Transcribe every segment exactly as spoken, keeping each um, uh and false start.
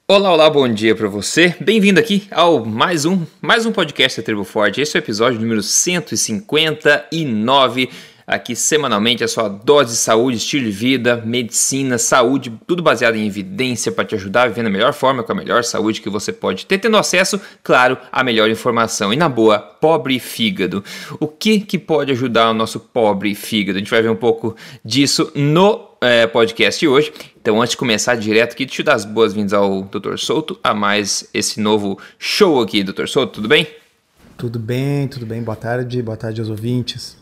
Olá, olá, bom dia para você. Bem-vindo aqui ao mais um, mais um podcast da Tribo Forte. Esse é o episódio número cento e cinquenta e nove. Aqui semanalmente a sua dose de saúde, estilo de vida, medicina, saúde, tudo baseado em evidência para te ajudar a viver da melhor forma, com a melhor saúde que você pode ter, tendo acesso, claro, à melhor informação. E na boa, pobre fígado. O que que pode ajudar o nosso pobre fígado? A gente vai ver um pouco disso no é, podcast hoje. Então, antes de começar direto aqui, deixa eu dar as boas-vindas ao doutor Souto, a mais esse novo show aqui. doutor Souto, tudo bem? Tudo bem, tudo bem. Boa tarde, boa tarde aos ouvintes.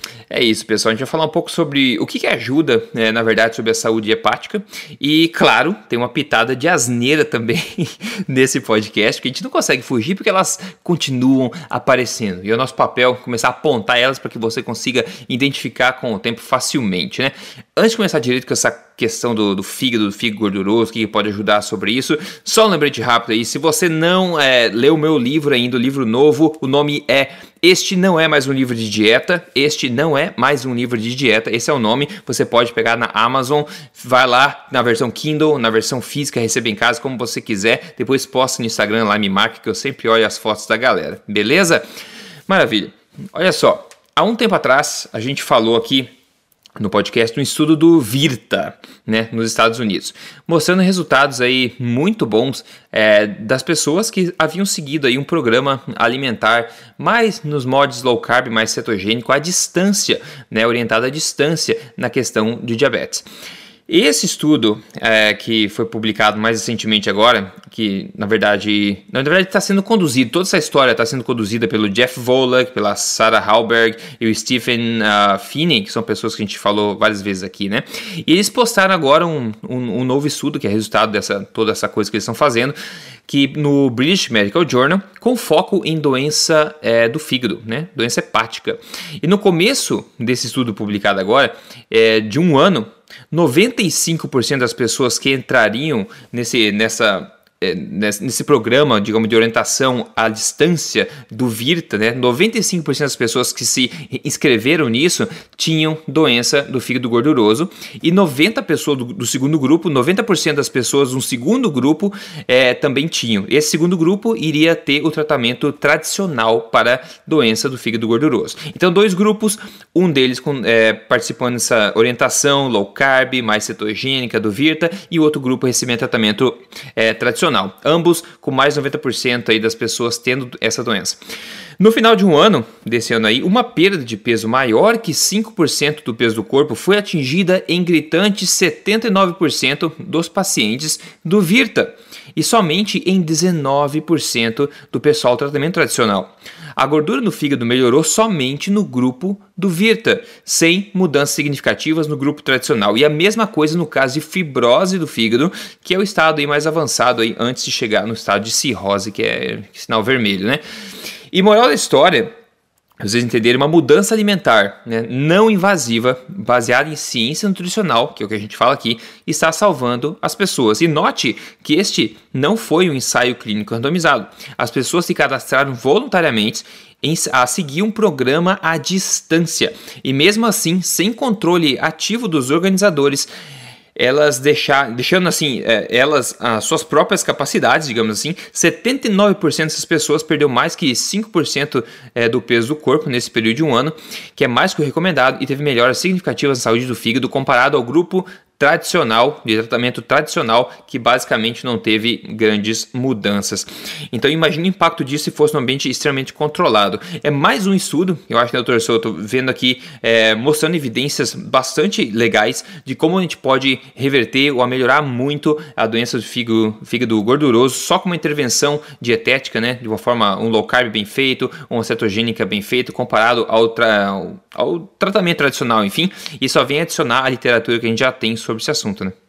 É isso, pessoal. A gente vai falar um pouco sobre o que, que ajuda, né, na verdade, sobre a saúde hepática. E, claro, tem uma pitada de asneira também nesse podcast, que a gente não consegue fugir porque elas continuam aparecendo. E é o nosso papel começar a apontar elas para que você consiga identificar com o tempo facilmente, né? Antes de começar direito com essa questão do, do fígado, do fígado gorduroso, o que pode ajudar sobre isso, só um lembrete rápido aí. Se você não é, leu o meu livro ainda, o livro novo, o nome é Este Não É Mais Um Livro de Dieta. Este Não É Mais Um Livro de Dieta. Esse é o nome. Você pode pegar na Amazon, vai lá na versão Kindle, na versão física, receba em casa, como você quiser. Depois posta no Instagram lá, me marque, que eu sempre olho as fotos da galera. Beleza? Maravilha. Olha só, há um tempo atrás a gente falou aqui no podcast um estudo do Virta, né, nos Estados Unidos, mostrando resultados aí muito bons é, das pessoas que haviam seguido aí um programa alimentar mais nos modos low carb, mais cetogênico, à distância, né, orientado à distância na questão de diabetes. Esse estudo é, que foi publicado mais recentemente agora, que na verdade na verdade está sendo conduzido, toda essa história está sendo conduzida pelo Jeff Volek, pela Sarah Hallberg e o Stephen uh, Finney, que são pessoas que a gente falou várias vezes aqui, né? E eles postaram agora um, um, um novo estudo, que é resultado dessa toda essa coisa que eles estão fazendo, que no British Medical Journal, com foco em doença é, do fígado, né? Doença hepática. E no começo desse estudo publicado agora, é, de um ano, noventa e cinco por cento das pessoas que entrariam nesse, nessa, é, nesse programa, digamos, de orientação à distância do Virta, né? noventa e cinco por cento das pessoas que se inscreveram nisso tinham doença do fígado gorduroso e noventa por cento pessoas do, do segundo grupo, noventa por cento das pessoas do segundo grupo é, também tinham. Esse segundo grupo iria ter o tratamento tradicional para doença do fígado gorduroso. Então, dois grupos, um deles com, é, participando dessa orientação low carb, mais cetogênica do Virta, e o outro grupo recebendo tratamento é, tradicional. Ambos com mais de noventa por cento aí das pessoas tendo essa doença. No final de um ano, desse ano aí, uma perda de peso maior que cinco por cento do peso do corpo foi atingida em gritantes setenta e nove por cento dos pacientes do Virta e somente em dezenove por cento do pessoal do tratamento tradicional. A gordura no fígado melhorou somente no grupo do Virta, sem mudanças significativas no grupo tradicional. E a mesma coisa no caso de fibrose do fígado, que é o estado aí mais avançado aí antes de chegar no estado de cirrose, que é sinal vermelho, né? E moral da história, vocês entenderem, uma mudança alimentar, né, não invasiva, baseada em ciência nutricional, que é o que a gente fala aqui, está salvando as pessoas. E note que este não foi um ensaio clínico randomizado. As pessoas se cadastraram voluntariamente em, a seguir um programa à distância. E mesmo assim, sem controle ativo dos organizadores, elas deixar, deixando assim, é, elas, as suas próprias capacidades, digamos assim, setenta e nove por cento dessas pessoas perdeu mais que cinco por cento é, do peso do corpo nesse período de um ano, que é mais que o recomendado, e teve melhoras significativas na saúde do fígado comparado ao grupo tradicional, de tratamento tradicional, que basicamente não teve grandes mudanças. Então imagine o impacto disso se fosse um ambiente extremamente controlado. É mais um estudo, eu acho que o doutor Souto vendo aqui, é, mostrando evidências bastante legais de como a gente pode reverter ou melhorar muito a doença do fígado, fígado gorduroso só com uma intervenção dietética, né, de uma forma, um low carb bem feito, uma cetogênica bem feito, comparado ao, tra- ao, ao tratamento tradicional, enfim, e só vem adicionar a literatura que a gente já tem sobre esse assunto, né?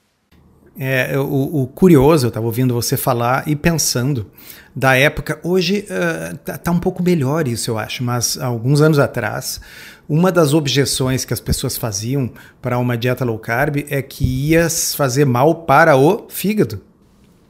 É, o, o curioso, eu estava ouvindo você falar e pensando da época, hoje uh, tá, tá um pouco melhor isso, eu acho, mas há alguns anos atrás, uma das objeções que as pessoas faziam para uma dieta low carb é que ia fazer mal para o fígado.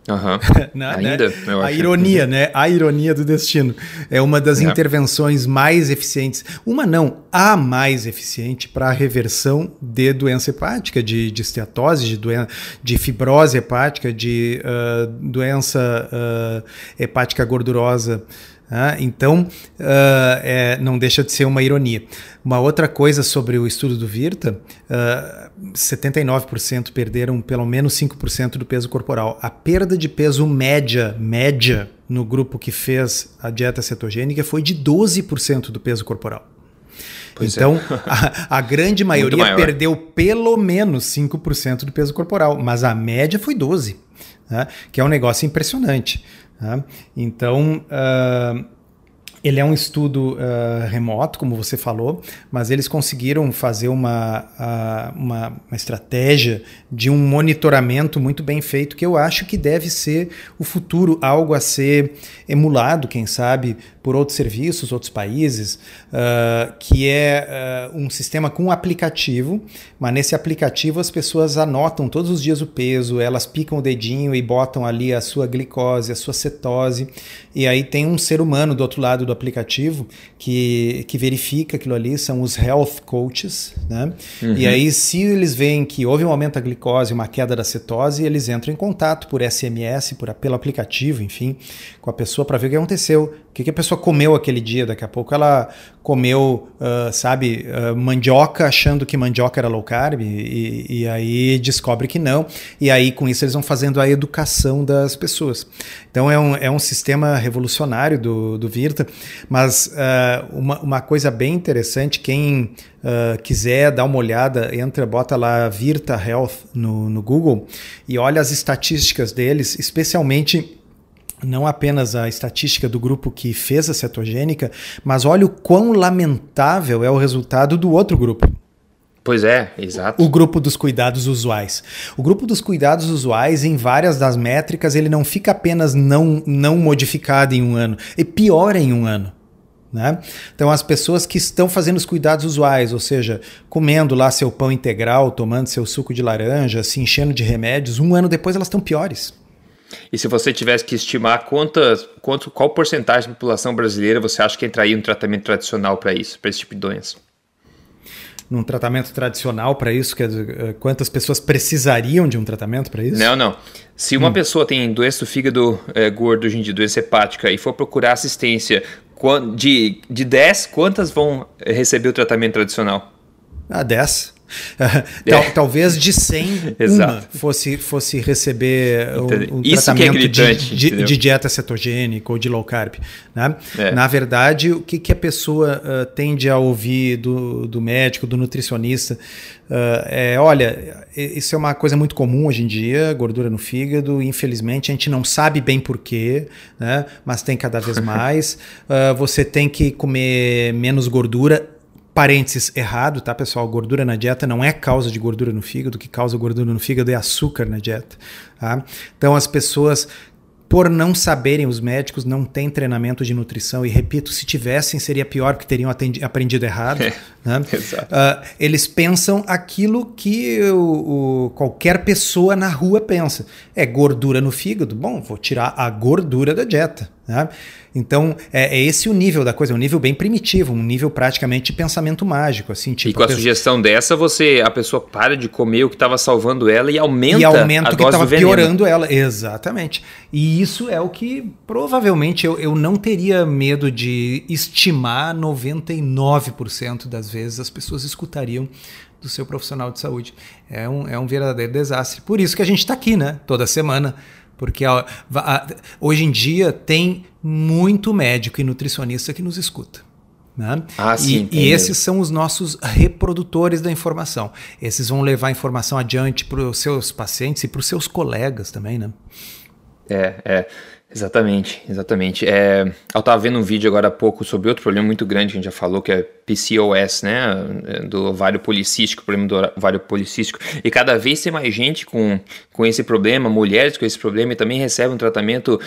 Uhum. né? Ainda, eu A acho. ironia, né? A ironia do destino. É uma das é. intervenções mais eficientes. Uma não, a mais eficiente para a reversão de doença hepática, de, de esteatose, de, doen de fibrose hepática, de uh, doença uh, hepática gordurosa. Ah, então, uh, é, não deixa de ser uma ironia. Uma outra coisa sobre o estudo do Virta, uh, setenta e nove por cento perderam pelo menos cinco por cento do peso corporal. A perda de peso média, média no grupo que fez a dieta cetogênica foi de doze por cento do peso corporal. Pois então, é. a, a grande maioria perdeu pelo menos cinco por cento do peso corporal, mas a média foi doze por cento, né? Que é um negócio impressionante. Tá? Então, uh, ele é um estudo uh, remoto, como você falou, mas eles conseguiram fazer uma, uh, uma, uma estratégia de um monitoramento muito bem feito, que eu acho que deve ser o futuro, algo a ser emulado, quem sabe, por outros serviços, outros países, uh, que é uh, um sistema com um aplicativo, mas nesse aplicativo as pessoas anotam todos os dias o peso, elas picam o dedinho e botam ali a sua glicose, a sua cetose, e aí tem um ser humano do outro lado do aplicativo que, que verifica aquilo ali, são os health coaches, né? Uhum. E aí se eles veem que houve um aumento da glicose, uma queda da cetose, eles entram em contato por S M S, por, pelo aplicativo, enfim, com a pessoa para ver o que aconteceu, o que, que a pessoa comeu aquele dia. Daqui a pouco ela comeu, uh, sabe, uh, mandioca, achando que mandioca era low carb, e, e aí descobre que não, e aí com isso eles vão fazendo a educação das pessoas. Então é um, é um sistema revolucionário do, do Virta, mas uh, uma, uma coisa bem interessante, quem uh, quiser dar uma olhada, entra, bota lá Virta Health no, no Google e olha as estatísticas deles, especialmente não apenas a estatística do grupo que fez a cetogênica, mas olha o quão lamentável é o resultado do outro grupo. Pois é, exato. O grupo dos cuidados usuais. O grupo dos cuidados usuais, em várias das métricas, ele não fica apenas não, não modificado em um ano, e piora em um ano. Né? Então as pessoas que estão fazendo os cuidados usuais, ou seja, comendo lá seu pão integral, tomando seu suco de laranja, se enchendo de remédios, um ano depois elas estão piores. E se você tivesse que estimar quantas, quanto, qual porcentagem da população brasileira você acha que entraria em um tratamento tradicional para isso, para esse tipo de doença? Num tratamento tradicional para isso, quer dizer, quantas pessoas precisariam de um tratamento para isso? Não, não. Se uma hum. pessoa tem doença do fígado é, gordo hoje em dia, doença hepática, e for procurar assistência de, de dez, quantas vão receber o tratamento tradicional? Ah, dez. Tal, é. Talvez de cem, uma fosse, fosse receber um, um tratamento é de, de, de dieta cetogênica ou de low carb. Né? É. Na verdade, o que, que a pessoa uh, tende a ouvir do, do médico, do nutricionista, uh, é, olha, isso é uma coisa muito comum hoje em dia, gordura no fígado, infelizmente a gente não sabe bem porquê, né? Mas tem cada vez mais. uh, você tem que comer menos gordura. Parênteses, errado, tá, pessoal? Gordura na dieta não é causa de gordura no fígado. O que causa gordura no fígado é açúcar na dieta. Tá? Então, as pessoas, por não saberem, os médicos não têm treinamento de nutrição. E, repito, se tivessem, seria pior, porque teriam atendi, aprendido errado. É, né? Exato. Uh, eles pensam aquilo que o, o, qualquer pessoa na rua pensa. É gordura no fígado? Bom, vou tirar a gordura da dieta. Né? Então, é, é esse o nível da coisa, um nível bem primitivo, um nível praticamente de pensamento mágico. Assim, tipo, e com a, a pessoa... sugestão dessa, você, a pessoa para de comer o que estava salvando ela e aumenta, e aumenta a o que estava piorando ela. Exatamente. E isso é o que provavelmente eu, eu não teria medo de estimar noventa e nove por cento das vezes as pessoas escutariam do seu profissional de saúde. É um, é um verdadeiro desastre. Por isso que a gente está aqui, né? Toda semana. Porque a, a, hoje em dia tem muito médico e nutricionista que nos escuta. Né? Ah, sim, e, e esses são os nossos reprodutores da informação. Esses vão levar a informação adiante para os seus pacientes e para os seus colegas também. Né? É, é. Exatamente, exatamente. É, eu estava vendo um vídeo agora há pouco sobre outro problema muito grande que a gente já falou, que é P C O S, né, do ovário policístico, problema do ovário policístico, e cada vez tem mais gente com, com esse problema, mulheres com esse problema, e também recebem um tratamento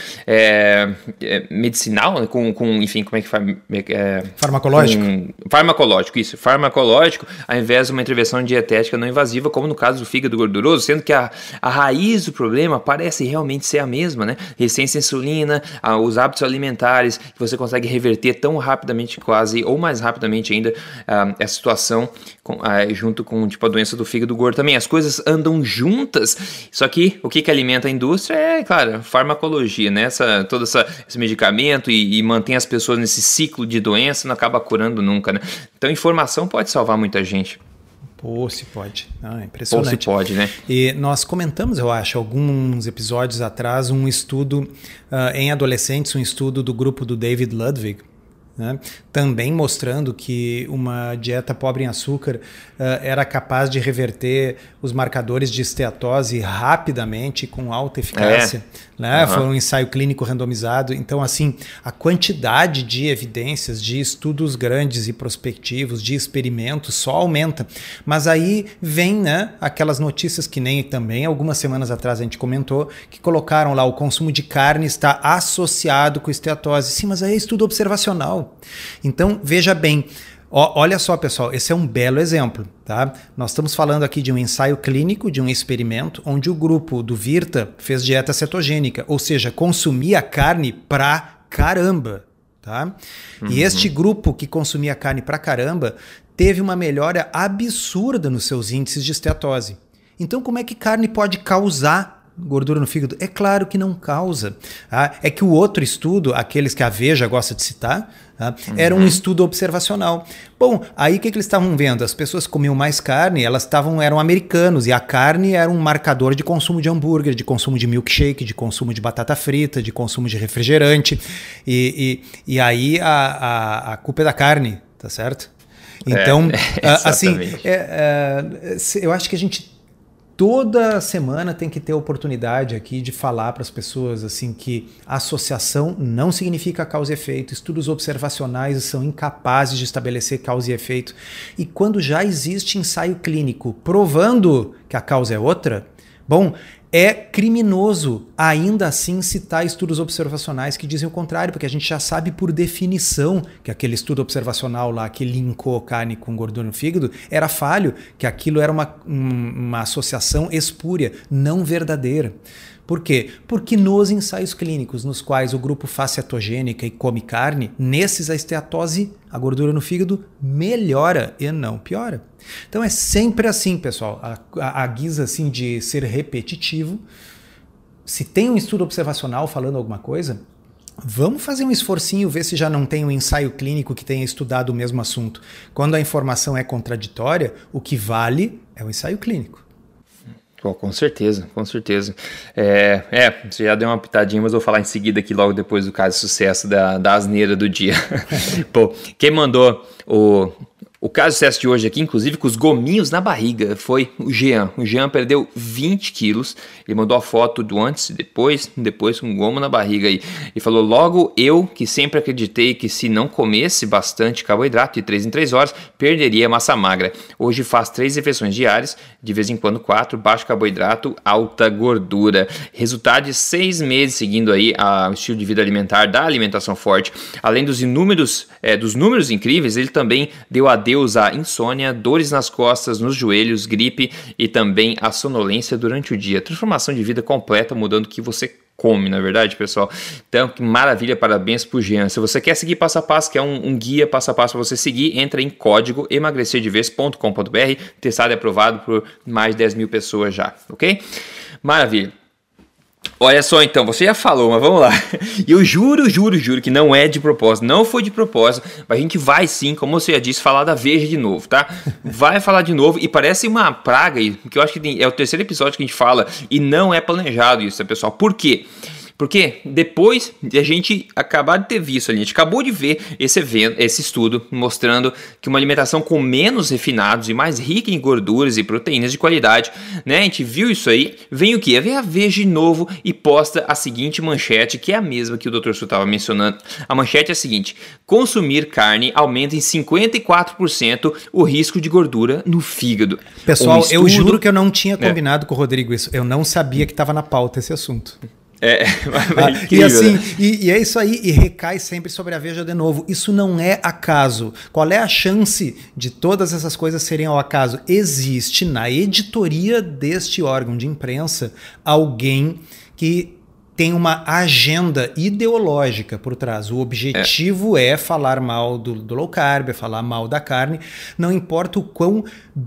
é, é, medicinal, né, com, com, enfim, como é que faz? É, farmacológico. Com, farmacológico, isso, farmacológico, ao invés de uma intervenção dietética não invasiva, como no caso do fígado gorduroso, sendo que a, a raiz do problema parece realmente ser a mesma, né, resistência à insulina, a, os hábitos alimentares, que você consegue reverter tão rapidamente quase, ou mais rapidamente ainda, uh, essa situação com, uh, junto com tipo, a doença do fígado gordo também. As coisas andam juntas, só que o que, que alimenta a indústria é, claro, farmacologia, né? Essa, todo essa, esse medicamento e, e mantém as pessoas nesse ciclo de doença, não acaba curando nunca, né? Então, informação pode salvar muita gente. Pô, se pode. Ah, impressionante. Pô, se pode, né? E nós comentamos, eu acho, alguns episódios atrás, um estudo uh, em adolescentes, um estudo do grupo do David Ludwig, né? Também mostrando que uma dieta pobre em açúcar uh, era capaz de reverter os marcadores de esteatose rapidamente com alta eficácia. É. Né? Uhum. Foi um ensaio clínico randomizado. Então, assim, a quantidade de evidências, de estudos grandes e prospectivos, de experimentos, só aumenta. Mas aí vem, né, aquelas notícias que nem também algumas semanas atrás a gente comentou, que colocaram lá o consumo de carne está associado com esteatose. Sim, mas aí é estudo observacional. Então, veja bem, ó, olha só, pessoal, esse é um belo exemplo, tá? Nós estamos falando aqui de um ensaio clínico, de um experimento, onde o grupo do Virta fez dieta cetogênica, ou seja, consumia carne pra caramba, tá? Uhum. E este grupo que consumia carne pra caramba teve uma melhora absurda nos seus índices de esteatose. Então, como é que carne pode causar gordura no fígado? É claro que não causa. Tá? É que o outro estudo, aqueles que a Veja gosta de citar, tá? Uhum. Era um estudo observacional. Bom, aí o que, que eles estavam vendo? As pessoas que comiam mais carne, elas estavam, eram americanos, e a carne era um marcador de consumo de hambúrguer, de consumo de milkshake, de consumo de batata frita, de consumo de refrigerante. E, e, e aí a, a, a culpa é da carne, tá certo? Então, é, assim, é, é, eu acho que a gente toda semana tem que ter oportunidade aqui de falar para as pessoas assim que associação não significa causa e efeito, estudos observacionais são incapazes de estabelecer causa e efeito. E quando já existe ensaio clínico provando que a causa é outra, bom, é criminoso ainda assim citar estudos observacionais que dizem o contrário, porque a gente já sabe por definição que aquele estudo observacional lá que linkou carne com gordura no fígado era falho, que aquilo era uma, uma associação espúria, não verdadeira. Por quê? Porque nos ensaios clínicos nos quais o grupo faz cetogênica e come carne, nesses a esteatose, a gordura no fígado, melhora e não piora. Então é sempre assim, pessoal, a, a, a guisa assim de ser repetitivo. Se tem um estudo observacional falando alguma coisa, vamos fazer um esforcinho, ver se já não tem um ensaio clínico que tenha estudado o mesmo assunto. Quando a informação é contraditória, o que vale é o ensaio clínico. Pô, com certeza, com certeza. É, é, você já deu uma pitadinha, mas eu vou falar em seguida aqui logo depois do caso de sucesso da, da asneira do dia. Pô, quem mandou o... O caso de sucesso de hoje aqui, inclusive com os gominhos na barriga, foi o Jean. O Jean perdeu vinte quilos, ele mandou a foto do antes e depois, depois com um gomo na barriga aí. E falou, logo eu, que sempre acreditei que se não comesse bastante carboidrato de três em três horas, perderia massa magra. Hoje faz três refeições diárias, de vez em quando quatro, baixo carboidrato, alta gordura. Resultado de seis meses seguindo aí o estilo de vida alimentar da alimentação forte. Além dos inúmeros, é, dos números incríveis, ele também deu a Deus a insônia, dores nas costas, nos joelhos, gripe e também a sonolência durante o dia. Transformação de vida completa, mudando o que você come, na verdade, pessoal. Então, que maravilha, parabéns pro Jean. Se você quer seguir passo a passo, quer um, um guia passo a passo para você seguir, entra em código emagrecer de vez ponto com ponto b r, testado e aprovado por mais de dez mil pessoas já, ok? Maravilha. Olha só então, você já falou, mas vamos lá. E eu juro, juro, juro que não é de propósito, não foi de propósito, mas a gente vai sim, como você já disse, falar da Veja de novo, tá? Vai falar de novo e parece uma praga, que eu acho que é o terceiro episódio que a gente fala e não é planejado isso, pessoal. Por quê? Porque depois de a gente acabar de ter visto ali, a gente acabou de ver esse evento, esse estudo mostrando que uma alimentação com menos refinados e mais rica em gorduras e proteínas de qualidade, né? A gente viu isso aí, vem o quê? Vem a Veja de novo e posta a seguinte manchete, que é a mesma que o doutor Su estava mencionando. A manchete é a seguinte: consumir carne aumenta em cinquenta e quatro por cento o risco de gordura no fígado. Pessoal, um estudo... eu juro que eu não tinha combinado é. com o Rodrigo isso. Eu não sabia que estava na pauta esse assunto. É, ah, incrível, e assim, né? e, e é isso aí, e recai sempre sobre a Veja de novo. Isso não é acaso. Qual é a chance de todas essas coisas serem ao acaso? Existe na editoria deste órgão de imprensa alguém que tem uma agenda ideológica por trás. O objetivo é, é falar mal do, do low carb, é falar mal da carne, não importa o quão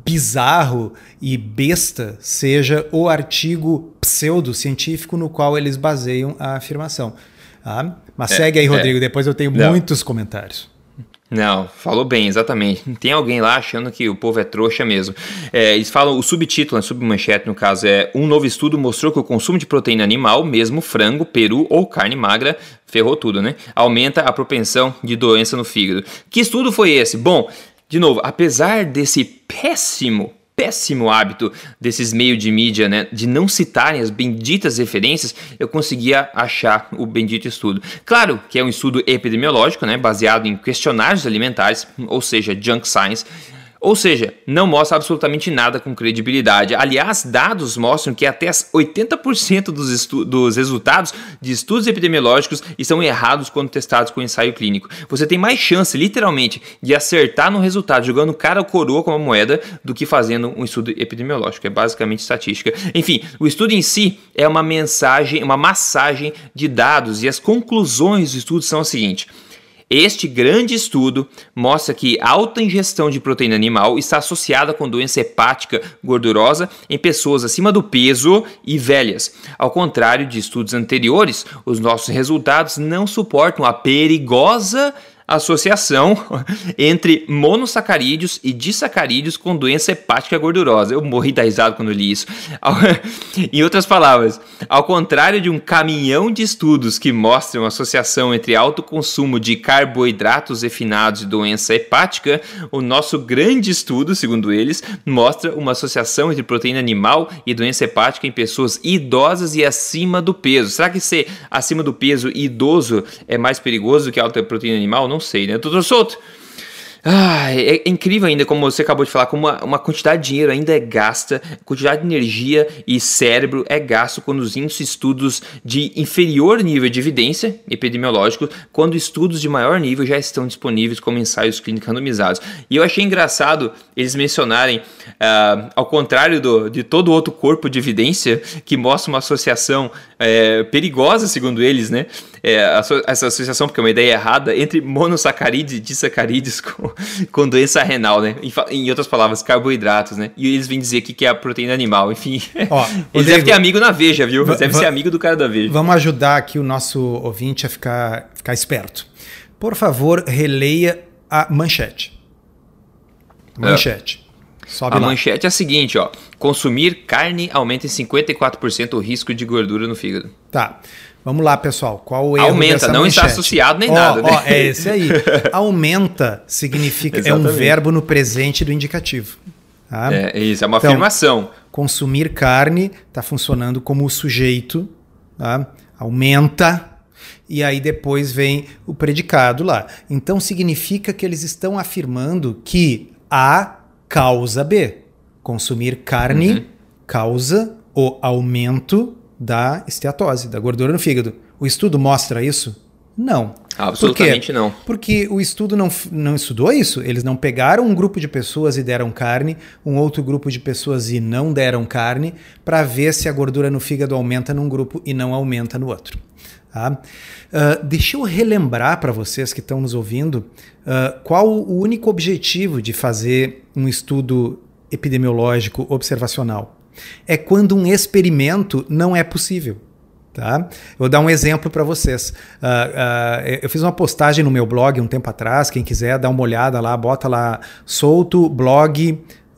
bizarro e besta seja o artigo pseudocientífico no qual eles baseiam a afirmação. Ah, mas é, segue aí, Rodrigo, é. depois eu tenho não. muitos comentários. Não, falou bem, exatamente. Tem alguém lá achando que o povo é trouxa mesmo. É, eles falam, o subtítulo, a submanchete no caso é: um novo estudo mostrou que o consumo de proteína animal, mesmo frango, peru ou carne magra, ferrou tudo, né? Aumenta a propensão de doença no fígado. Que estudo foi esse? Bom, de novo, apesar desse péssimo péssimo hábito desses meios de mídia, né, de não citarem as benditas referências, eu conseguia achar o bendito estudo. Claro que é um estudo epidemiológico, né, baseado em questionários alimentares, ou seja, junk science. Ou seja, não mostra absolutamente nada com credibilidade. Aliás, dados mostram que até oitenta por cento dos, estu- dos resultados de estudos epidemiológicos estão errados quando testados com ensaio clínico. Você tem mais chance, literalmente, de acertar no resultado jogando cara ou coroa com uma moeda do que fazendo um estudo epidemiológico. É basicamente estatística. Enfim, o estudo em si é uma mensagem, uma massagem de dados, e as conclusões do estudo são as seguintes. Este grande estudo mostra que alta ingestão de proteína animal está associada com doença hepática gordurosa em pessoas acima do peso e velhas. Ao contrário de estudos anteriores, os nossos resultados não suportam a perigosa associação entre monossacarídeos e disacarídeos com doença hepática gordurosa. Eu morri da risada quando li isso. Em outras palavras, ao contrário de um caminhão de estudos que mostram associação entre alto consumo de carboidratos refinados e doença hepática, o nosso grande estudo, segundo eles, mostra uma associação entre proteína animal e doença hepática em pessoas idosas e acima do peso. Será que ser acima do peso e idoso é mais perigoso do que alta proteína animal? Não sei, né? Doutor Souto, ah, é, é incrível ainda, como você acabou de falar, como uma, uma quantidade de dinheiro ainda é gasta, quantidade de energia e cérebro é gasto quando os estudos de inferior nível de evidência epidemiológico, quando estudos de maior nível já estão disponíveis como ensaios clínicos randomizados. E eu achei engraçado eles mencionarem, uh, ao contrário do, de todo outro corpo de evidência que mostra uma associação é, perigosa, segundo eles, né? É, essa associação, porque é uma ideia errada, entre monossacarídeos e disacarídeos com, com doença renal, né? Em, em outras palavras, carboidratos, né? E eles vêm dizer aqui que é a proteína animal, enfim. Ó, eles devem ter amigo na Veja, viu? Eles devem ser amigo do cara da Veja. Vamos ajudar aqui o nosso ouvinte a ficar, ficar esperto. Por favor, releia a manchete. A manchete. É. Sobe a lá. manchete é a seguinte, ó. Consumir carne aumenta em cinquenta e quatro por cento o risco de gordura no fígado. Tá. Vamos lá, pessoal. Qual o erro Aumenta, dessa não manchete? Está associado nem ó, nada. Né? Ó, é esse aí. Aumenta significa... é um verbo no presente do indicativo. Tá? É isso, é uma então, afirmação. Consumir carne está funcionando como o sujeito. Tá? Aumenta. E aí depois vem o predicado lá. Então significa que eles estão afirmando que A causa B. Consumir carne uhum. causa o aumento da esteatose, da gordura no fígado. O estudo mostra isso? Não. Absolutamente Por quê? não. Porque o estudo não, não estudou isso. Eles não pegaram um grupo de pessoas e deram carne, um outro grupo de pessoas e não deram carne, para ver se a gordura no fígado aumenta num grupo e não aumenta no outro. Tá? Uh, deixa eu relembrar para vocês que estão nos ouvindo uh, qual o único objetivo de fazer um estudo epidemiológico observacional. É quando um experimento não é possível. Tá? Eu vou dar um exemplo para vocês. Uh, uh, eu fiz uma postagem no meu blog um tempo atrás. Quem quiser dar uma olhada lá, bota lá solto blog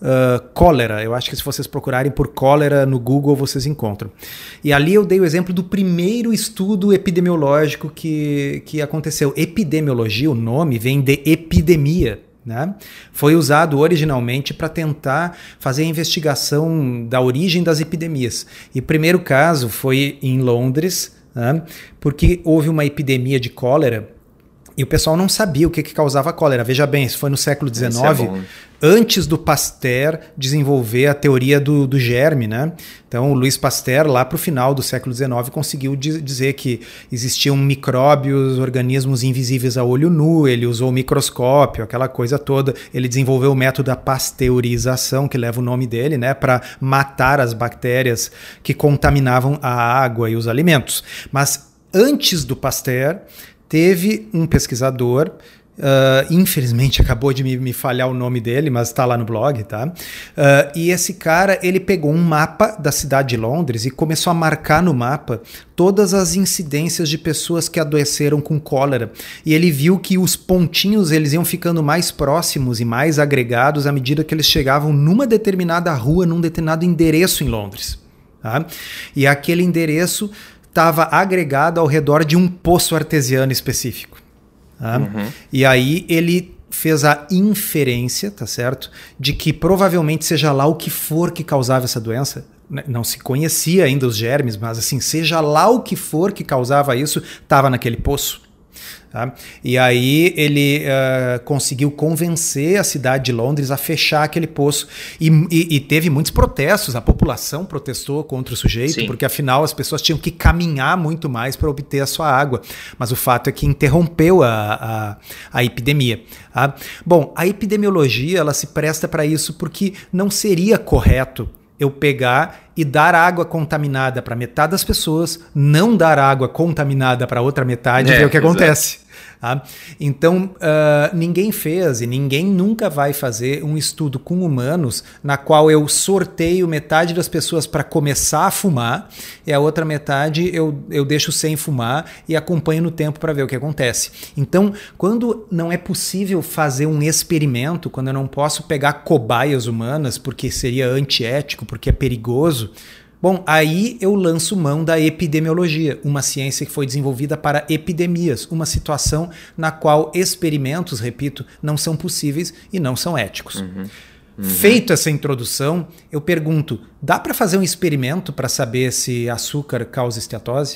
uh, cólera. Eu acho que se vocês procurarem por cólera no Google, vocês encontram. E ali eu dei o exemplo do primeiro estudo epidemiológico que, que aconteceu. Epidemiologia, o nome vem de epidemia. Né? Foi usado originalmente para tentar fazer a investigação da origem das epidemias. E o primeiro caso foi em Londres, né? Porque houve uma epidemia de cólera e o pessoal não sabia o que, que causava cólera. Veja bem, isso foi no século dezenove, é antes do Pasteur desenvolver a teoria do, do germe. Né? Então, o Louis Pasteur, lá para o final do século dezenove, conseguiu dizer que existiam micróbios, organismos invisíveis a olho nu, ele usou o microscópio, aquela coisa toda. Ele desenvolveu o método da pasteurização, que leva o nome dele, né, para matar as bactérias que contaminavam a água e os alimentos. Mas antes do Pasteur, teve um pesquisador, uh, infelizmente acabou de me, me falhar o nome dele, mas está lá no blog, tá? Uh, e esse cara, ele pegou um mapa da cidade de Londres e começou a marcar no mapa todas as incidências de pessoas que adoeceram com cólera. E ele viu que os pontinhos eles iam ficando mais próximos e mais agregados à medida que eles chegavam numa determinada rua, num determinado endereço em Londres. Tá? E aquele endereço estava agregado ao redor de um poço artesiano específico. Tá? Uhum. E aí ele fez a inferência, tá certo? De que provavelmente seja lá o que for que causava essa doença. Não se conhecia ainda os germes, mas assim, seja lá o que for que causava isso, estava naquele poço. Tá? E aí ele uh, conseguiu convencer a cidade de Londres a fechar aquele poço e, e, e teve muitos protestos, a população protestou contra o sujeito, Sim. porque afinal as pessoas tinham que caminhar muito mais para obter a sua água, mas o fato é que interrompeu a, a, a epidemia. Tá? Bom, a epidemiologia ela se presta para isso porque não seria correto eu pegar e dar água contaminada para metade das pessoas, não dar água contaminada para outra metade é, e ver o que exato. Acontece. Tá? Então, uh, ninguém fez e ninguém nunca vai fazer um estudo com humanos na qual eu sorteio metade das pessoas para começar a fumar e a outra metade eu, eu deixo sem fumar e acompanho no tempo para ver o que acontece. Então, quando não é possível fazer um experimento, quando eu não posso pegar cobaias humanas porque seria antiético, porque é perigoso, bom, aí eu lanço mão da epidemiologia, uma ciência que foi desenvolvida para epidemias, uma situação na qual experimentos, repito, não são possíveis e não são éticos. Uhum. Uhum. Feito essa introdução, eu pergunto, dá para fazer um experimento para saber se açúcar causa esteatose?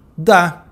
Dá.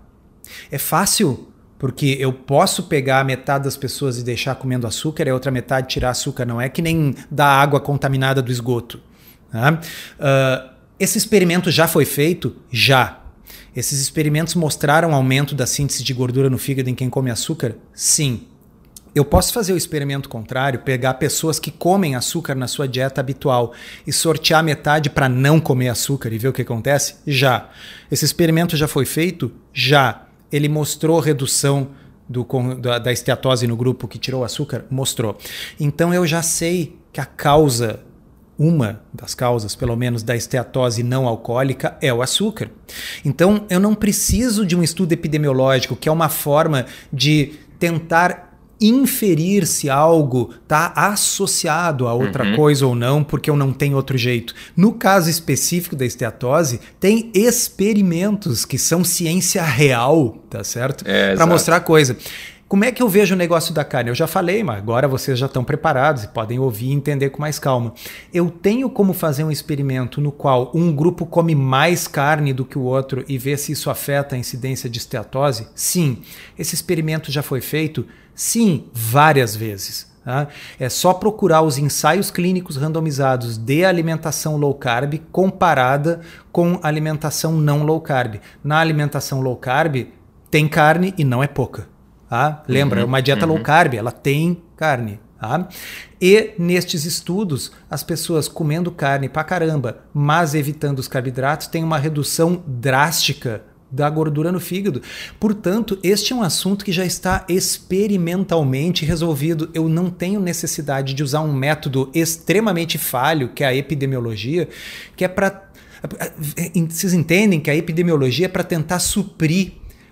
É fácil? Porque eu posso pegar metade das pessoas e deixar comendo açúcar e a outra metade tirar açúcar. Não é que nem da água contaminada do esgoto. Tá? Uh, Esse experimento já foi feito? Já. Esses experimentos mostraram aumento da síntese de gordura no fígado em quem come açúcar? Sim. Eu posso fazer o experimento contrário, pegar pessoas que comem açúcar na sua dieta habitual e sortear metade para não comer açúcar e ver o que acontece? Já. Esse experimento já foi feito? Já. Ele mostrou redução do, da, da esteatose no grupo que tirou o açúcar? Mostrou. Então eu já sei que a causa... Uma das causas, pelo menos, da esteatose não alcoólica é o açúcar. Então, eu não preciso de um estudo epidemiológico, que é uma forma de tentar inferir se algo está associado a outra uhum. coisa ou não, porque eu não tenho outro jeito. No caso específico da esteatose, tem experimentos que são ciência real, tá certo? É, para mostrar a coisa. Como é que eu vejo o negócio da carne? Eu já falei, mas agora vocês já estão preparados e podem ouvir e entender com mais calma. Eu tenho como fazer um experimento no qual um grupo come mais carne do que o outro e ver se isso afeta a incidência de esteatose? Sim. Esse experimento já foi feito? Sim, várias vezes. Tá? É só procurar os ensaios clínicos randomizados de alimentação low carb comparada com alimentação não low carb. Na alimentação low carb tem carne e não é pouca. Ah, lembra, é uma dieta uhum. low carb, ela tem carne. Ah? E nestes estudos, as pessoas comendo carne pra caramba, mas evitando os carboidratos, têm uma redução drástica da gordura no fígado. Portanto, este é um assunto que já está experimentalmente resolvido. Eu não tenho necessidade de usar um método extremamente falho, que é a epidemiologia, que é para... Vocês entendem que a epidemiologia é para tentar suprir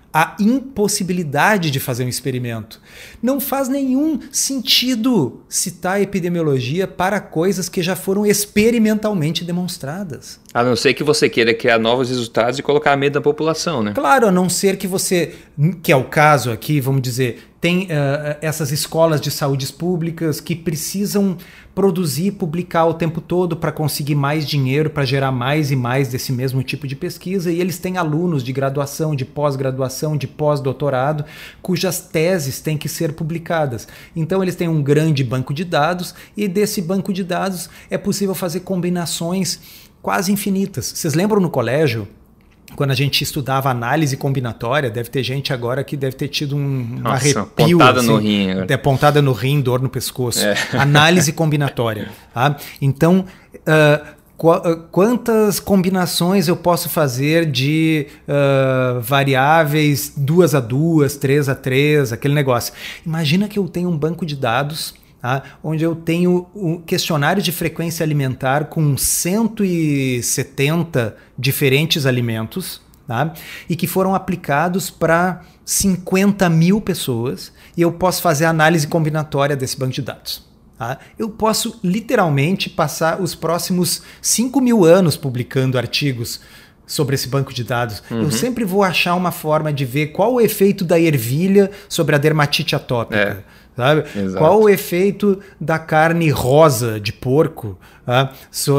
a impossibilidade de fazer um experimento. Não faz nenhum sentido citar epidemiologia para coisas que já foram experimentalmente demonstradas. A não ser que você queira criar novos resultados e colocar medo na população, né? Claro, a não ser que você, que é o caso aqui, vamos dizer, tem uh, essas escolas de saúde públicas que precisam produzir, publicar o tempo todo para conseguir mais dinheiro, para gerar mais e mais desse mesmo tipo de pesquisa, e eles têm alunos de graduação, de pós-graduação, de pós-doutorado, cujas teses têm que ser publicadas. Então eles têm um grande banco de dados, e desse banco de dados é possível fazer combinações quase infinitas. Vocês lembram no colégio, quando a gente estudava análise combinatória? Deve ter gente agora que deve ter tido um, um arrepio. Pontada assim, no rim. Agora. É, pontada no rim, dor no pescoço. É. Análise combinatória. Tá? Então, uh, qu uh, quantas combinações eu posso fazer de uh, variáveis duas a duas, três a três, aquele negócio. Imagina que eu tenho um banco de dados, tá, onde eu tenho um questionário de frequência alimentar com cento e setenta diferentes alimentos, tá, e que foram aplicados para cinquenta mil pessoas, e eu posso fazer a análise combinatória desse banco de dados. Tá? Eu posso literalmente passar os próximos cinco mil anos publicando artigos sobre esse banco de dados. Uhum. Eu sempre vou achar uma forma de ver qual o efeito da ervilha sobre a dermatite atópica. É. Sabe? Qual o efeito da carne rosa de porco, tá, so,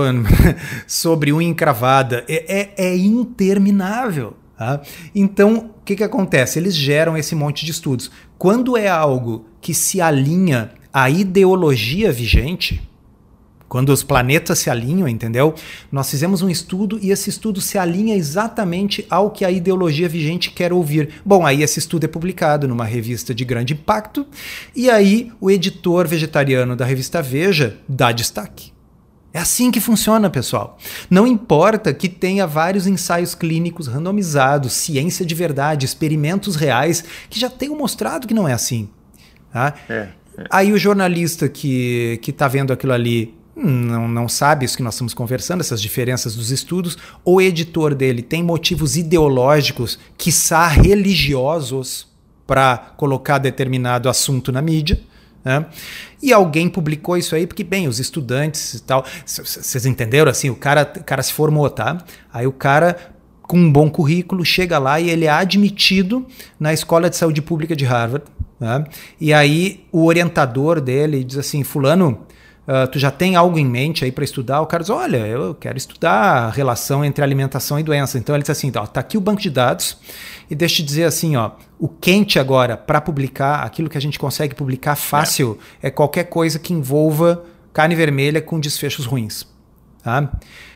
sobre unha encravada? É, é, é interminável. Tá? Então, o que, que acontece? Eles geram esse monte de estudos. Quando é algo que se alinha à ideologia vigente, quando os planetas se alinham, entendeu? Nós fizemos um estudo e esse estudo se alinha exatamente ao que a ideologia vigente quer ouvir. Bom, aí esse estudo é publicado numa revista de grande impacto e aí o editor vegetariano da revista Veja dá destaque. É assim que funciona, pessoal. Não importa que tenha vários ensaios clínicos randomizados, ciência de verdade, experimentos reais, que já tenham mostrado que não é assim. Tá? É, é. Aí o jornalista que que está vendo aquilo ali Não, não sabe isso que nós estamos conversando, essas diferenças dos estudos. O editor dele tem motivos ideológicos, quiçá religiosos, para colocar determinado assunto na mídia. Né? E alguém publicou isso aí porque, bem, os estudantes e tal... Vocês entenderam? Assim, o cara, o cara se formou, tá? Aí o cara, com um bom currículo, chega lá e ele é admitido na Escola de Saúde Pública de Harvard. Né? E aí o orientador dele diz assim, fulano... Uh, tu já tem algo em mente aí para estudar? O cara diz, olha, eu quero estudar a relação entre alimentação e doença. Então ele diz assim, ó, tá aqui o banco de dados e deixa eu te dizer assim, ó, o quente agora para publicar, aquilo que a gente consegue publicar fácil é, é qualquer coisa que envolva carne vermelha com desfechos ruins. Tá?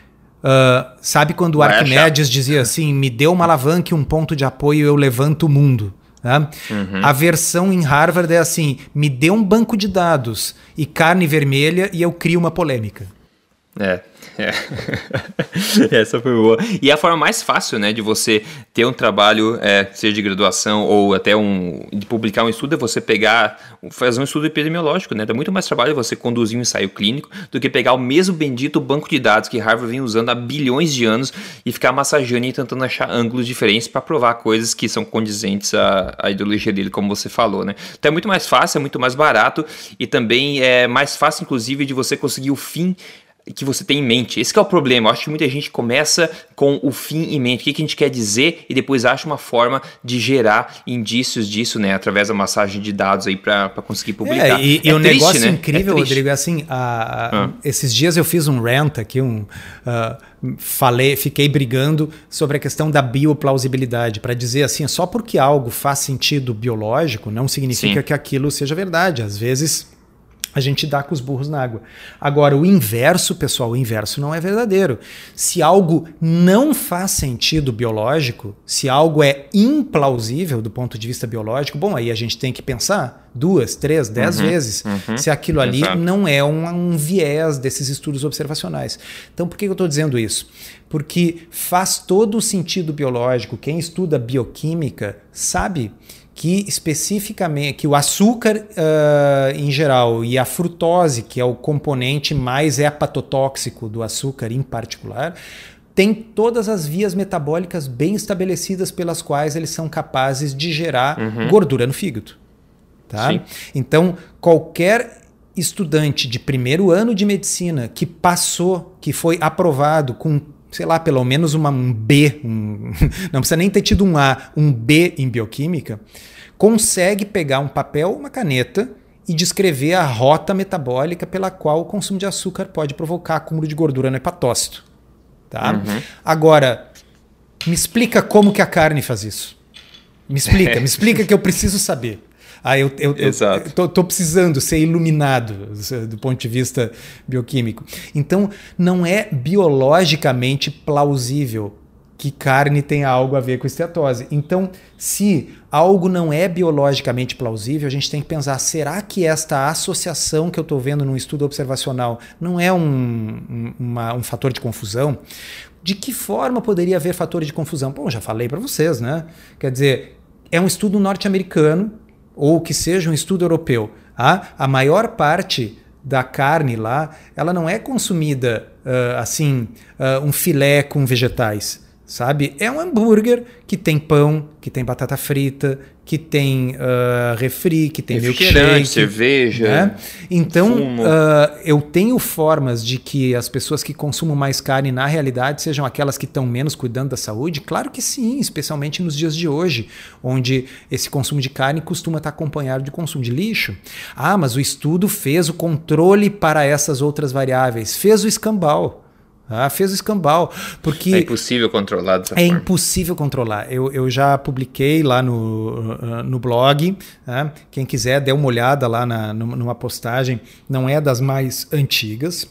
Uh, sabe quando o Arquimedes dizia assim, me dê uma alavanca e um ponto de apoio e eu levanto o mundo? Tá? Uhum. A versão em Harvard é assim, me dê um banco de dados e carne vermelha e eu crio uma polêmica. É, é. Essa foi boa. E é a forma mais fácil, né, de você ter um trabalho, é, seja de graduação ou até um, de publicar um estudo, é você pegar, fazer um estudo epidemiológico, né? Dá muito mais trabalho você conduzir um ensaio clínico do que pegar o mesmo bendito banco de dados que Harvard vem usando há bilhões de anos e ficar massageando e tentando achar ângulos diferentes para provar coisas que são condizentes à, à ideologia dele, como você falou, né? Então é muito mais fácil, é muito mais barato e também é mais fácil, inclusive, de você conseguir o fim que você tem em mente. Esse que é o problema. Eu acho que muita gente começa com o fim em mente, o que, que a gente quer dizer, e depois acha uma forma de gerar indícios disso, né, através da massagem de dados aí para conseguir publicar. É, e, é e um triste, negócio né? incrível, é Rodrigo, é assim, a, a, ah. esses dias eu fiz um rant aqui, um, uh, falei, fiquei brigando sobre a questão da bioplausibilidade, para dizer assim, só porque algo faz sentido biológico, não significa Sim. que aquilo seja verdade. Às vezes a gente dá com os burros na água. Agora, o inverso, pessoal, o inverso não é verdadeiro. Se algo não faz sentido biológico, se algo é implausível do ponto de vista biológico, bom, aí a gente tem que pensar duas, três, dez uhum, vezes uhum, se aquilo ali exato. não é um, um viés desses estudos observacionais. Então, por que eu estou dizendo isso? Porque faz todo o sentido biológico. Quem estuda bioquímica sabe que especificamente que o açúcar uh, em geral e a frutose, que é o componente mais hepatotóxico do açúcar em particular, tem todas as vias metabólicas bem estabelecidas pelas quais eles são capazes de gerar uhum. gordura no fígado. Tá? Sim. Então, qualquer estudante de primeiro ano de medicina que passou, que foi aprovado com, sei lá, pelo menos uma, um B, um, não precisa nem ter tido um A, um B em bioquímica, consegue pegar um papel, uma caneta e descrever a rota metabólica pela qual o consumo de açúcar pode provocar acúmulo de gordura no hepatócito. Tá? Uhum. Agora, me explica como que a carne faz isso. Me explica, me explica que eu preciso saber. Ah, eu, eu, Exato. eu tô, tô precisando ser iluminado do ponto de vista bioquímico. Então, não é biologicamente plausível que carne tenha algo a ver com esteatose. Então, se algo não é biologicamente plausível, a gente tem que pensar, será que esta associação que eu estou vendo num estudo observacional não é um, uma, um fator de confusão? De que forma poderia haver fator de confusão? Bom, já falei para vocês, né? Quer dizer, é um estudo norte-americano ou que seja um estudo europeu. Ah, a maior parte da carne lá, ela não é consumida uh, assim, uh, um filé com vegetais. Sabe? É um hambúrguer que tem pão, que tem batata frita, que tem uh, refri, que tem milkshake, cerveja, né? Então, uh, eu tenho formas de que as pessoas que consumam mais carne, na realidade, sejam aquelas que estão menos cuidando da saúde? Claro que sim, especialmente nos dias de hoje, onde esse consumo de carne costuma estar acompanhado de consumo de lixo. Ah, mas o estudo fez o controle para essas outras variáveis, fez o escambau. Ah, fez o escambau, porque... É impossível controlar dessa É forma. impossível controlar. Eu, eu já publiquei lá no, no blog, né? Quem quiser, dê uma olhada lá na, numa postagem, não é das mais antigas,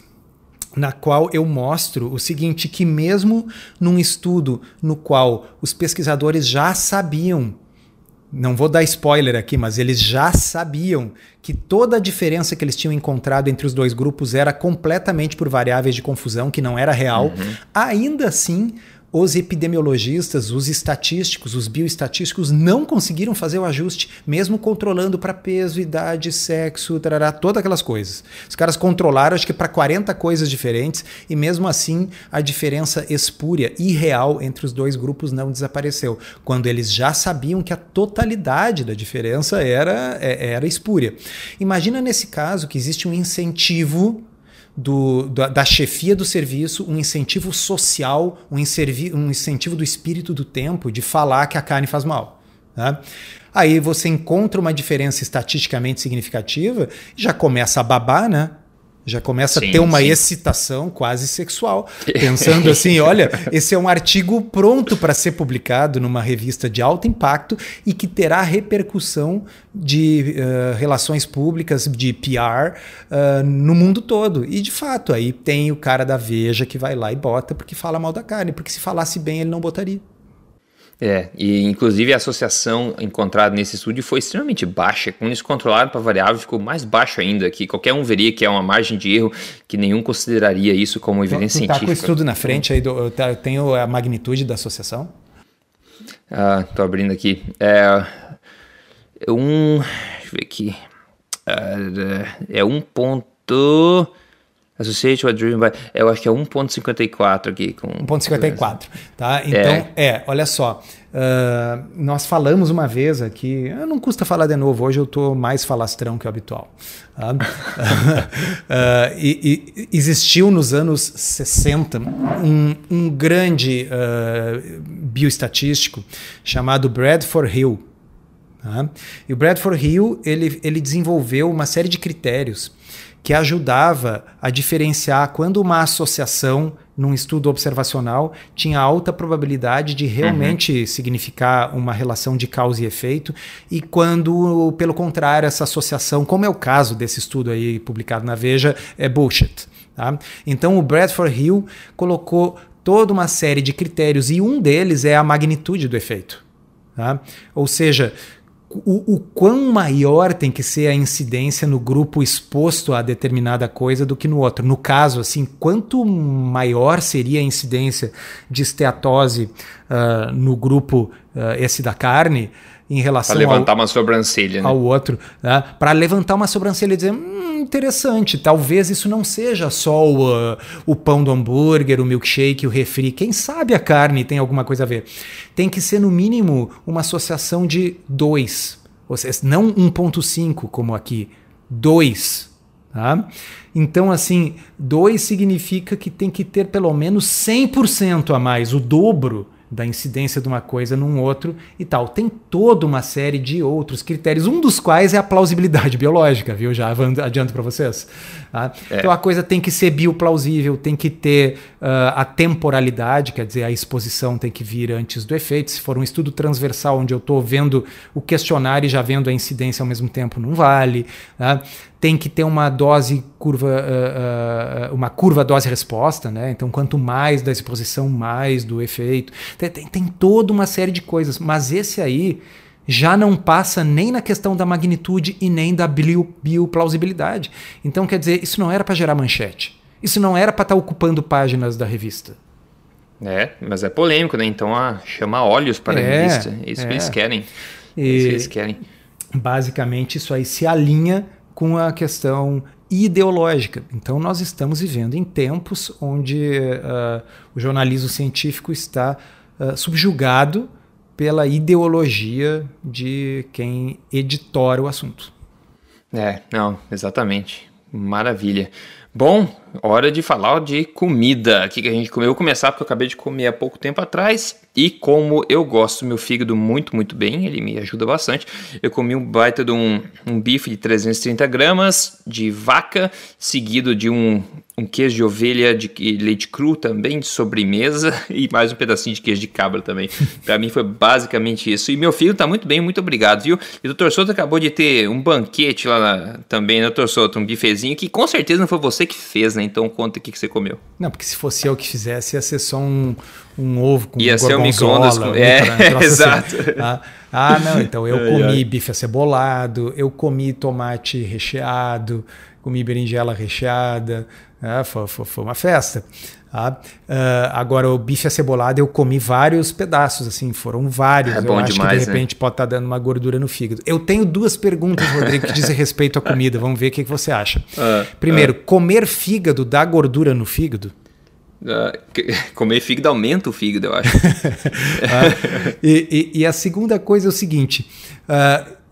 na qual eu mostro o seguinte, que mesmo num estudo no qual os pesquisadores já sabiam, não vou dar spoiler aqui, mas eles já sabiam que toda a diferença que eles tinham encontrado entre os dois grupos era completamente por variáveis de confusão, que não era real. Uhum. Ainda assim, os epidemiologistas, os estatísticos, os bioestatísticos não conseguiram fazer o ajuste, mesmo controlando para peso, idade, sexo, tarará, todas aquelas coisas. Os caras controlaram, acho que para quarenta coisas diferentes, e mesmo assim a diferença espúria e real entre os dois grupos não desapareceu, quando eles já sabiam que a totalidade da diferença era, era espúria. Imagina nesse caso que existe um incentivo Do, da, da chefia do serviço, um incentivo social, um, inservi, um incentivo do espírito do tempo de falar que a carne faz mal. Né? Aí você encontra uma diferença estatisticamente significativa e já começa a babar, né? Já começa sim, a ter uma sim. excitação quase sexual, pensando assim, olha, esse é um artigo pronto para ser publicado numa revista de alto impacto e que terá repercussão de uh, relações públicas, de P R, uh, no mundo todo. E, de fato, aí tem o cara da Veja que vai lá e bota porque fala mal da carne, porque se falasse bem ele não botaria. É, e inclusive a associação encontrada nesse estudo foi extremamente baixa. Quando eles controlaram para a variável, ficou mais baixo ainda, que qualquer um veria que é uma margem de erro que nenhum consideraria isso como evidência tu, tu tá científica. Com o estudo na frente aí, do, tá, tem a magnitude da associação? Ah, tô abrindo aqui. É um, deixa eu ver aqui, é um ponto... Associate what driven by... Eu acho que é um ponto cinquenta e quatro aqui. Com... um ponto cinquenta e quatro, tá? Então, é, é olha só. Uh, nós falamos uma vez aqui... Não custa falar de novo, hoje eu estou mais falastrão que o habitual. Tá? uh, e, e existiu nos anos sessenta um, um grande uh, bioestatístico chamado Bradford Hill. Tá? E o Bradford Hill ele, ele desenvolveu uma série de critérios que ajudava a diferenciar quando uma associação num estudo observacional tinha alta probabilidade de realmente uhum. significar uma relação de causa e efeito, e quando, pelo contrário, essa associação, como é o caso desse estudo aí publicado na Veja, é bullshit. Tá? Então o Bradford Hill colocou toda uma série de critérios e um deles é a magnitude do efeito. Tá? Ou seja, O, o quão maior tem que ser a incidência no grupo exposto a determinada coisa do que no outro. No caso, assim, quanto maior seria a incidência de esteatose uh, no grupo uh, esse da carne, em relação para levantar ao, uma sobrancelha, né? ao outro, né? Para levantar uma sobrancelha e dizer, hum, interessante, talvez isso não seja só o, uh, o pão do hambúrguer, o milkshake, o refri, quem sabe a carne tem alguma coisa a ver. Tem que ser no mínimo uma associação de dois, ou seja, não um ponto cinco como aqui, dois. Tá? Então, assim, dois significa que tem que ter pelo menos cem por cento a mais, o dobro da incidência de uma coisa num outro e tal. Tem toda uma série de outros critérios, um dos quais é a plausibilidade biológica, viu? Já adianto para vocês. Tá? É. Então a coisa tem que ser bioplausível, tem que ter uh, a temporalidade, quer dizer, a exposição tem que vir antes do efeito. Se for um estudo transversal onde eu estou vendo o questionário e já vendo a incidência ao mesmo tempo, não vale. Tá? Tem que ter uma dose curva, uh, uh, uma curva dose-resposta, né? Então, quanto mais da exposição, mais do efeito. Tem, tem, tem toda uma série de coisas, mas esse aí já não passa nem na questão da magnitude e nem da bio, bioplausibilidade. Então, quer dizer, isso não era para gerar manchete. Isso não era para estar ocupando páginas da revista. É, mas é polêmico, né? Então, ah, chama olhos para é, a revista. É isso é. que eles querem. É isso que eles querem. Basicamente, isso aí se alinha com a questão ideológica. Então, nós estamos vivendo em tempos onde uh, o jornalismo científico está uh, subjugado pela ideologia de quem editora o assunto. É, não, exatamente. Maravilha. Bom, hora de falar de comida. O que, que a gente comeu? Eu vou começar porque eu acabei de comer há pouco tempo atrás. E como eu gosto do meu fígado muito, muito bem, ele me ajuda bastante. Eu comi um baita de um, um bife de trezentos e trinta gramas de vaca, seguido de um, um queijo de ovelha de leite cru também, de sobremesa, e mais um pedacinho de queijo de cabra também. Pra mim foi basicamente isso. E meu fígado tá muito bem, muito obrigado, viu? E o doutor Souto acabou de ter um banquete lá na, também, né, doutor Souto? Um bifezinho que com certeza não foi você que fez, né? Então conta o que, que você comeu. Não, porque se fosse eu que fizesse, ia ser só um, um ovo com ia gorgonzola. Ia ser um micro-ondas com... É, exato. Assim. Ah, ah, não, então eu comi ai, ai. bife acebolado, eu comi tomate recheado, comi berinjela recheada, ah, foi, foi, foi uma festa. Ah, uh, agora o bife acebolado eu comi vários pedaços, assim, foram vários. É bom eu acho demais, que de repente né? Pode estar tá dando uma gordura no fígado. Eu tenho duas perguntas, Rodrigo, que dizem respeito à comida. Vamos ver o que, que você acha. Uh, Primeiro, uh. comer fígado dá gordura no fígado? Uh, comer fígado aumenta o fígado, eu acho. ah, e, e, e a segunda coisa é o seguinte... Uh,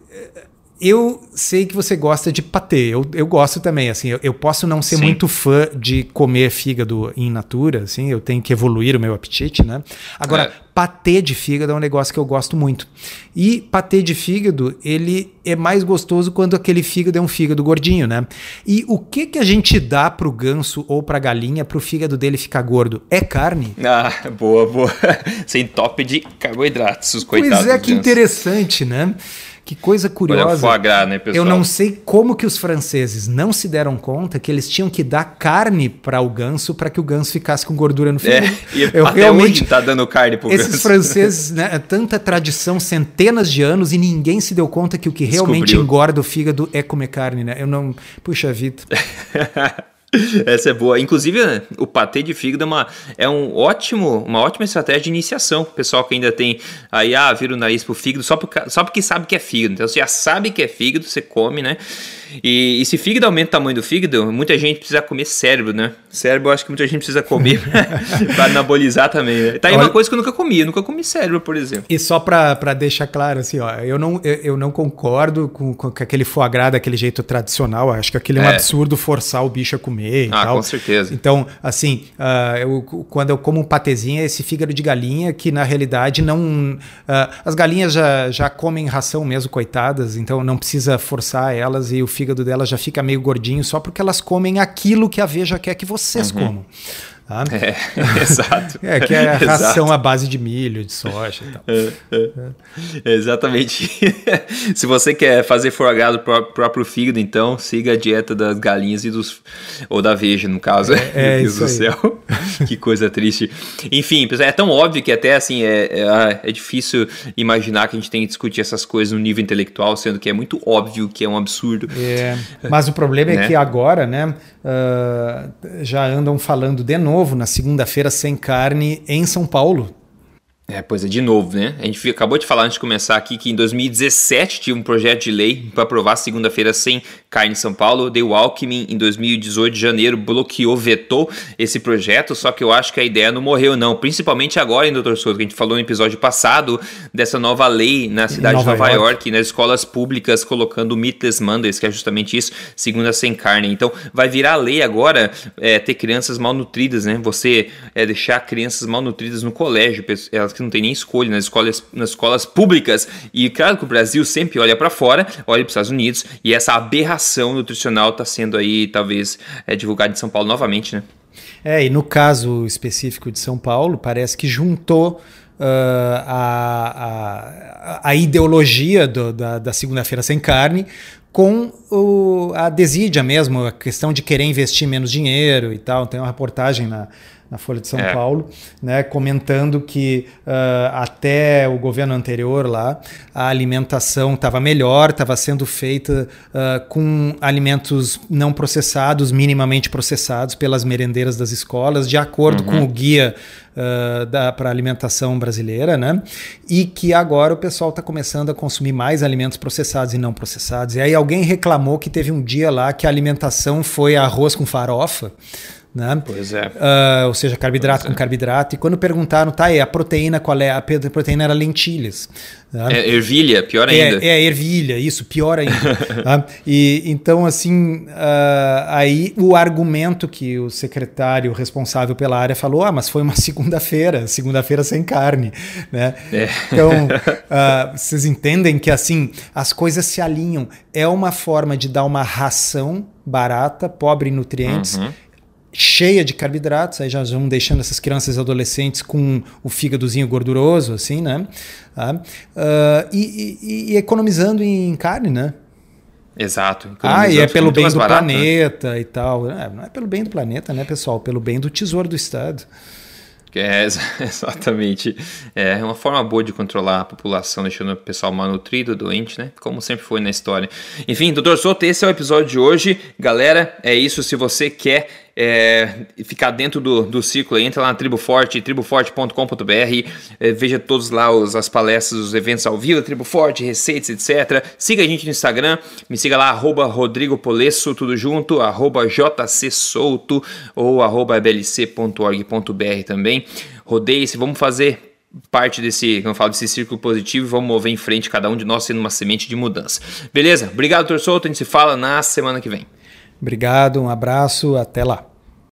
eu sei que você gosta de patê, eu, eu gosto também, assim, eu, eu posso não ser Sim. muito fã de comer fígado in natura, assim, eu tenho que evoluir o meu apetite, né? Agora, é. patê de fígado é um negócio que eu gosto muito. E patê de fígado, ele é mais gostoso quando aquele fígado é um fígado gordinho, né? E o que que a gente dá pro ganso ou pra galinha pro fígado dele ficar gordo? É carne. Ah, boa, boa. Sem top de carboidratos, os coitados. Pois é, que interessante, né? Que coisa curiosa. Foie gras, né, pessoal? Eu não sei como que os franceses não se deram conta que eles tinham que dar carne para o ganso para que o ganso ficasse com gordura no fígado. É, e eu até realmente tá dando carne pro esses ganso. Esses franceses, né, tanta tradição, centenas de anos e ninguém se deu conta que o que realmente Descobriu. engorda o fígado é comer carne, né? Eu não, puxa vida. Essa é boa. Inclusive, o patê de fígado é, uma, é um ótimo, uma ótima estratégia de iniciação. O pessoal que ainda tem aí, ah, vira o nariz pro fígado só, por, só porque sabe que é fígado. Então, você já sabe que é fígado, você come, né? E, e se fígado aumenta o tamanho do fígado, muita gente precisa comer cérebro, né? Cérebro eu acho que muita gente precisa comer para anabolizar também, né? Tá aí uma coisa que eu nunca comi, eu nunca comi cérebro, por exemplo. E só para deixar claro, assim, ó, eu não, eu, eu não concordo com, com aquele foie gras daquele jeito tradicional, acho que aquele é um é. absurdo forçar o bicho a comer e ah, tal. Com certeza. Então, assim, uh, eu, quando eu como um patezinho, é esse fígado de galinha que na realidade não... Uh, as galinhas já, já comem ração mesmo, coitadas, então não precisa forçar elas e o fígado delas já fica meio gordinho só porque elas comem aquilo que a Veja quer que vocês uhum. comam. Tá? É, exato. É, que é a ração à base de milho, de soja e tal. É, é. É. Exatamente. Se você quer fazer foie gras do próprio fígado, então siga a dieta das galinhas e dos... ou da Veja, no caso. É, é Meu Deus do céu. Que coisa triste. Enfim, pessoal, é tão óbvio que até assim é, é, é difícil imaginar que a gente tem que discutir essas coisas no nível intelectual, sendo que é muito óbvio que é um absurdo. É, mas o problema né? é que agora, né, uh, já andam falando de novo na segunda-feira sem carne em São Paulo. É, pois é, de novo, né? A gente acabou de falar antes de começar aqui que em dois mil e dezessete tinha um projeto de lei para aprovar segunda-feira sem carne em São Paulo. Daí o Alckmin, em dois mil e dezoito, de janeiro, bloqueou, vetou esse projeto, só que eu acho que a ideia não morreu, não. Principalmente agora, hein, doutor Souto, que a gente falou no episódio passado dessa nova lei na cidade Nova de Nova York. York, nas escolas públicas, colocando o Meatless Mondays, que é justamente isso, segunda sem carne. Então, vai virar lei agora é, ter crianças malnutridas, né? Você é, deixar crianças malnutridas no colégio, elas que não tem nem escolha nas escolas, nas escolas públicas. E claro que o Brasil sempre olha para fora, olha para os Estados Unidos, e essa aberração nutricional está sendo aí talvez é, divulgada em São Paulo novamente, né? É, e no caso específico de São Paulo, parece que juntou uh, a, a, a ideologia do, da, da segunda-feira sem carne com o, a desídia mesmo, a questão de querer investir menos dinheiro e tal. Tem uma reportagem na na Folha de São é. Paulo, né, comentando que uh, até o governo anterior lá, a alimentação estava melhor, estava sendo feita uh, com alimentos não processados, minimamente processados pelas merendeiras das escolas, de acordo uhum. com o guia uh, para a alimentação brasileira, né, e que agora o pessoal está começando a consumir mais alimentos processados e não processados. E aí alguém reclamou que teve um dia lá que a alimentação foi arroz com farofa, né? Pois é. Uh, ou seja, carboidrato pois com é. carboidrato. E quando perguntaram, tá, e a proteína qual é? A proteína era lentilhas. Né? É ervilha, pior ainda. É, é ervilha, isso, pior ainda. Tá? E então, assim, uh, aí o argumento que o secretário responsável pela área falou, ah, mas foi uma segunda-feira, segunda-feira sem carne, né? É. Então, uh, vocês entendem que, assim, as coisas se alinham. É uma forma de dar uma ração barata, pobre em nutrientes, uhum. cheia de carboidratos, aí já vão deixando essas crianças e adolescentes com o fígadozinho gorduroso, assim, né? Ah, uh, e, e, e economizando em carne, né? Exato. Ah, e é pelo bem do barato, planeta, né? E tal. É, não é pelo bem do planeta, né, pessoal? Pelo bem do tesouro do Estado. É, exatamente. É uma forma boa de controlar a população, deixando o pessoal malnutrido, doente, né? Como sempre foi na história. Enfim, doutor Souto, esse é o episódio de hoje. Galera, é isso. Se você quer é, ficar dentro do, do ciclo, entra lá na Tribo Forte, tribo forte ponto com ponto b r, é, veja todos lá os, as palestras, os eventos ao vivo da Tribo Forte, receitas, etcétera. Siga a gente no Instagram, me siga lá, arroba Rodrigo Polesso, tudo junto, arroba jcsouto ou arroba b l c ponto org ponto b r também. Rodeie-se, vamos fazer parte desse, como eu falo, desse círculo positivo e vamos mover em frente, cada um de nós sendo uma semente de mudança. Beleza? Obrigado, doutor Souto, a gente se fala na semana que vem. Obrigado, um abraço, até lá.